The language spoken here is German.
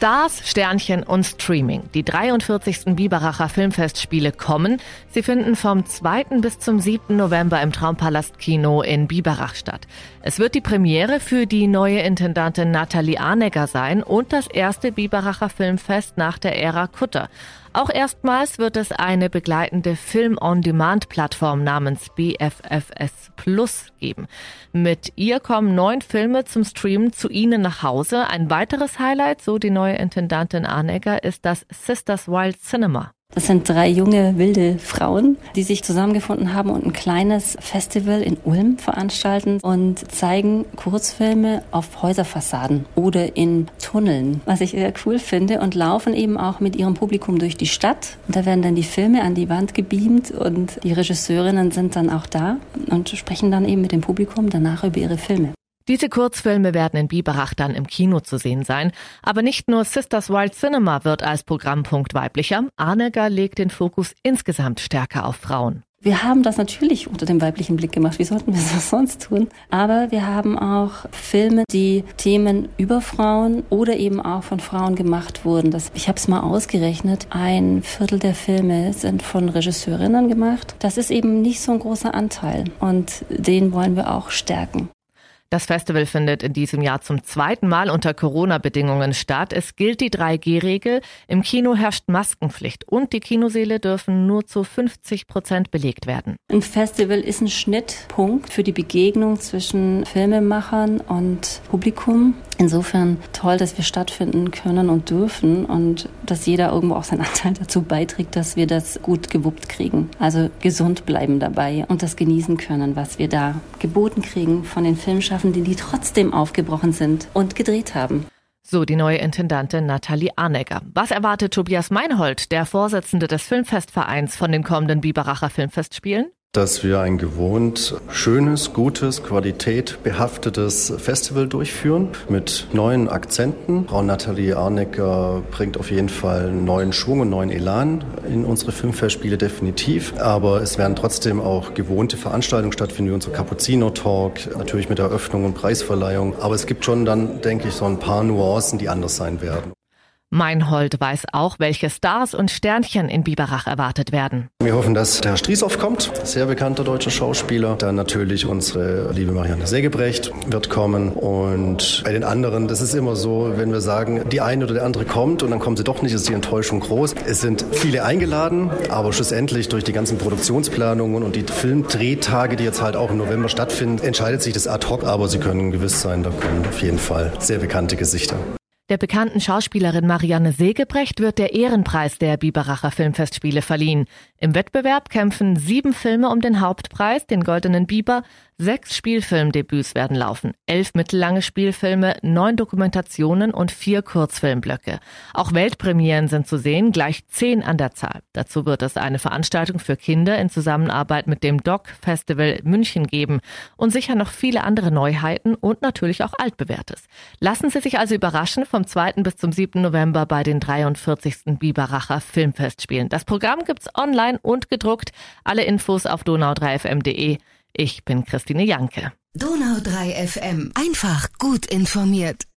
Stars, Sternchen und Streaming. Die 43. Biberacher Filmfestspiele kommen. Sie finden vom 2. bis zum 7. November im Traumpalast Kino in Biberach statt. Es wird die Premiere für die neue Intendantin Nathalie Arnegger sein und das erste Biberacher Filmfest nach der Ära Kutter. Auch erstmals wird es eine begleitende Film-on-Demand-Plattform namens BFFS Plus geben. Mit ihr kommen 9 Filme zum Streamen zu Ihnen nach Hause. Ein weiteres Highlight, so die neue Intendantin Arnegger, ist das Sisters Wild Cinema. Das sind 3 junge, wilde Frauen, die sich zusammengefunden haben und ein kleines Festival in Ulm veranstalten und zeigen Kurzfilme auf Häuserfassaden oder in Tunneln, was ich sehr cool finde, und laufen eben auch mit ihrem Publikum durch die Stadt. Und da werden dann die Filme an die Wand gebeamt und die Regisseurinnen sind dann auch da und sprechen dann eben mit dem Publikum danach über ihre Filme. Diese Kurzfilme werden in Biberach dann im Kino zu sehen sein. Aber nicht nur Sisters Wild Cinema wird als Programmpunkt weiblicher. Arnegger legt den Fokus insgesamt stärker auf Frauen. Wir haben das natürlich unter dem weiblichen Blick gemacht. Wie sollten wir das sonst tun? Aber wir haben auch Filme, die Themen über Frauen oder eben auch von Frauen gemacht wurden. Ich habe es mal ausgerechnet. 1/4 der Filme sind von Regisseurinnen gemacht. Das ist eben nicht so ein großer Anteil. Und den wollen wir auch stärken. Das Festival findet in diesem Jahr zum 2. Mal unter Corona-Bedingungen statt. Es gilt die 3G-Regel. Im Kino herrscht Maskenpflicht und die Kinosäle dürfen nur zu 50% belegt werden. Ein Festival ist ein Schnittpunkt für die Begegnung zwischen Filmemachern und Publikum. Insofern toll, dass wir stattfinden können und dürfen und dass jeder irgendwo auch seinen Anteil dazu beiträgt, dass wir das gut gewuppt kriegen. Also gesund bleiben dabei und das genießen können, was wir da geboten kriegen von den Filmschaffenden, die trotzdem aufgebrochen sind und gedreht haben. So die neue Intendantin Nathalie Arnegger. Was erwartet Tobias Meinhold, der Vorsitzende des Filmfestvereins, von den kommenden Biberacher Filmfestspielen? Dass wir ein gewohnt schönes, gutes, qualitätbehaftetes Festival durchführen mit neuen Akzenten. Frau Nathalie Arnegger bringt auf jeden Fall neuen Schwung und neuen Elan in unsere Filmfestspiele definitiv. Aber es werden trotzdem auch gewohnte Veranstaltungen stattfinden, wie unser Cappuccino-Talk, natürlich mit Eröffnung und Preisverleihung. Aber es gibt schon dann, denke ich, so ein paar Nuancen, die anders sein werden. Meinhold weiß auch, welche Stars und Sternchen in Biberach erwartet werden. Wir hoffen, dass der Herr Striesow kommt, sehr bekannter deutscher Schauspieler. Dann natürlich unsere liebe Marianne Segebrecht wird kommen. Und bei den anderen, das ist immer so, wenn wir sagen, die eine oder der andere kommt und dann kommen sie doch nicht, ist die Enttäuschung groß. Es sind viele eingeladen, aber schlussendlich durch die ganzen Produktionsplanungen und die Filmdrehtage, die jetzt halt auch im November stattfinden, entscheidet sich das ad hoc. Aber Sie können gewiss sein, da kommen auf jeden Fall sehr bekannte Gesichter. Der bekannten Schauspielerin Marianne Segebrecht wird der Ehrenpreis der Biberacher Filmfestspiele verliehen. Im Wettbewerb kämpfen 7 Filme um den Hauptpreis, den Goldenen Biber. 6 Spielfilmdebüts werden laufen, 11 mittellange Spielfilme, 9 Dokumentationen und 4 Kurzfilmblöcke. Auch Weltpremieren sind zu sehen, gleich 10 an der Zahl. Dazu wird es eine Veranstaltung für Kinder in Zusammenarbeit mit dem DOC Festival München geben und sicher noch viele andere Neuheiten und natürlich auch Altbewährtes. Lassen Sie sich also überraschen vom 2. bis zum 7. November bei den 43. Biberacher Filmfestspielen. Das Programm gibt's online und gedruckt. Alle Infos auf donau3fm.de. Ich bin Christine Janke. Donau 3 FM. Einfach gut informiert.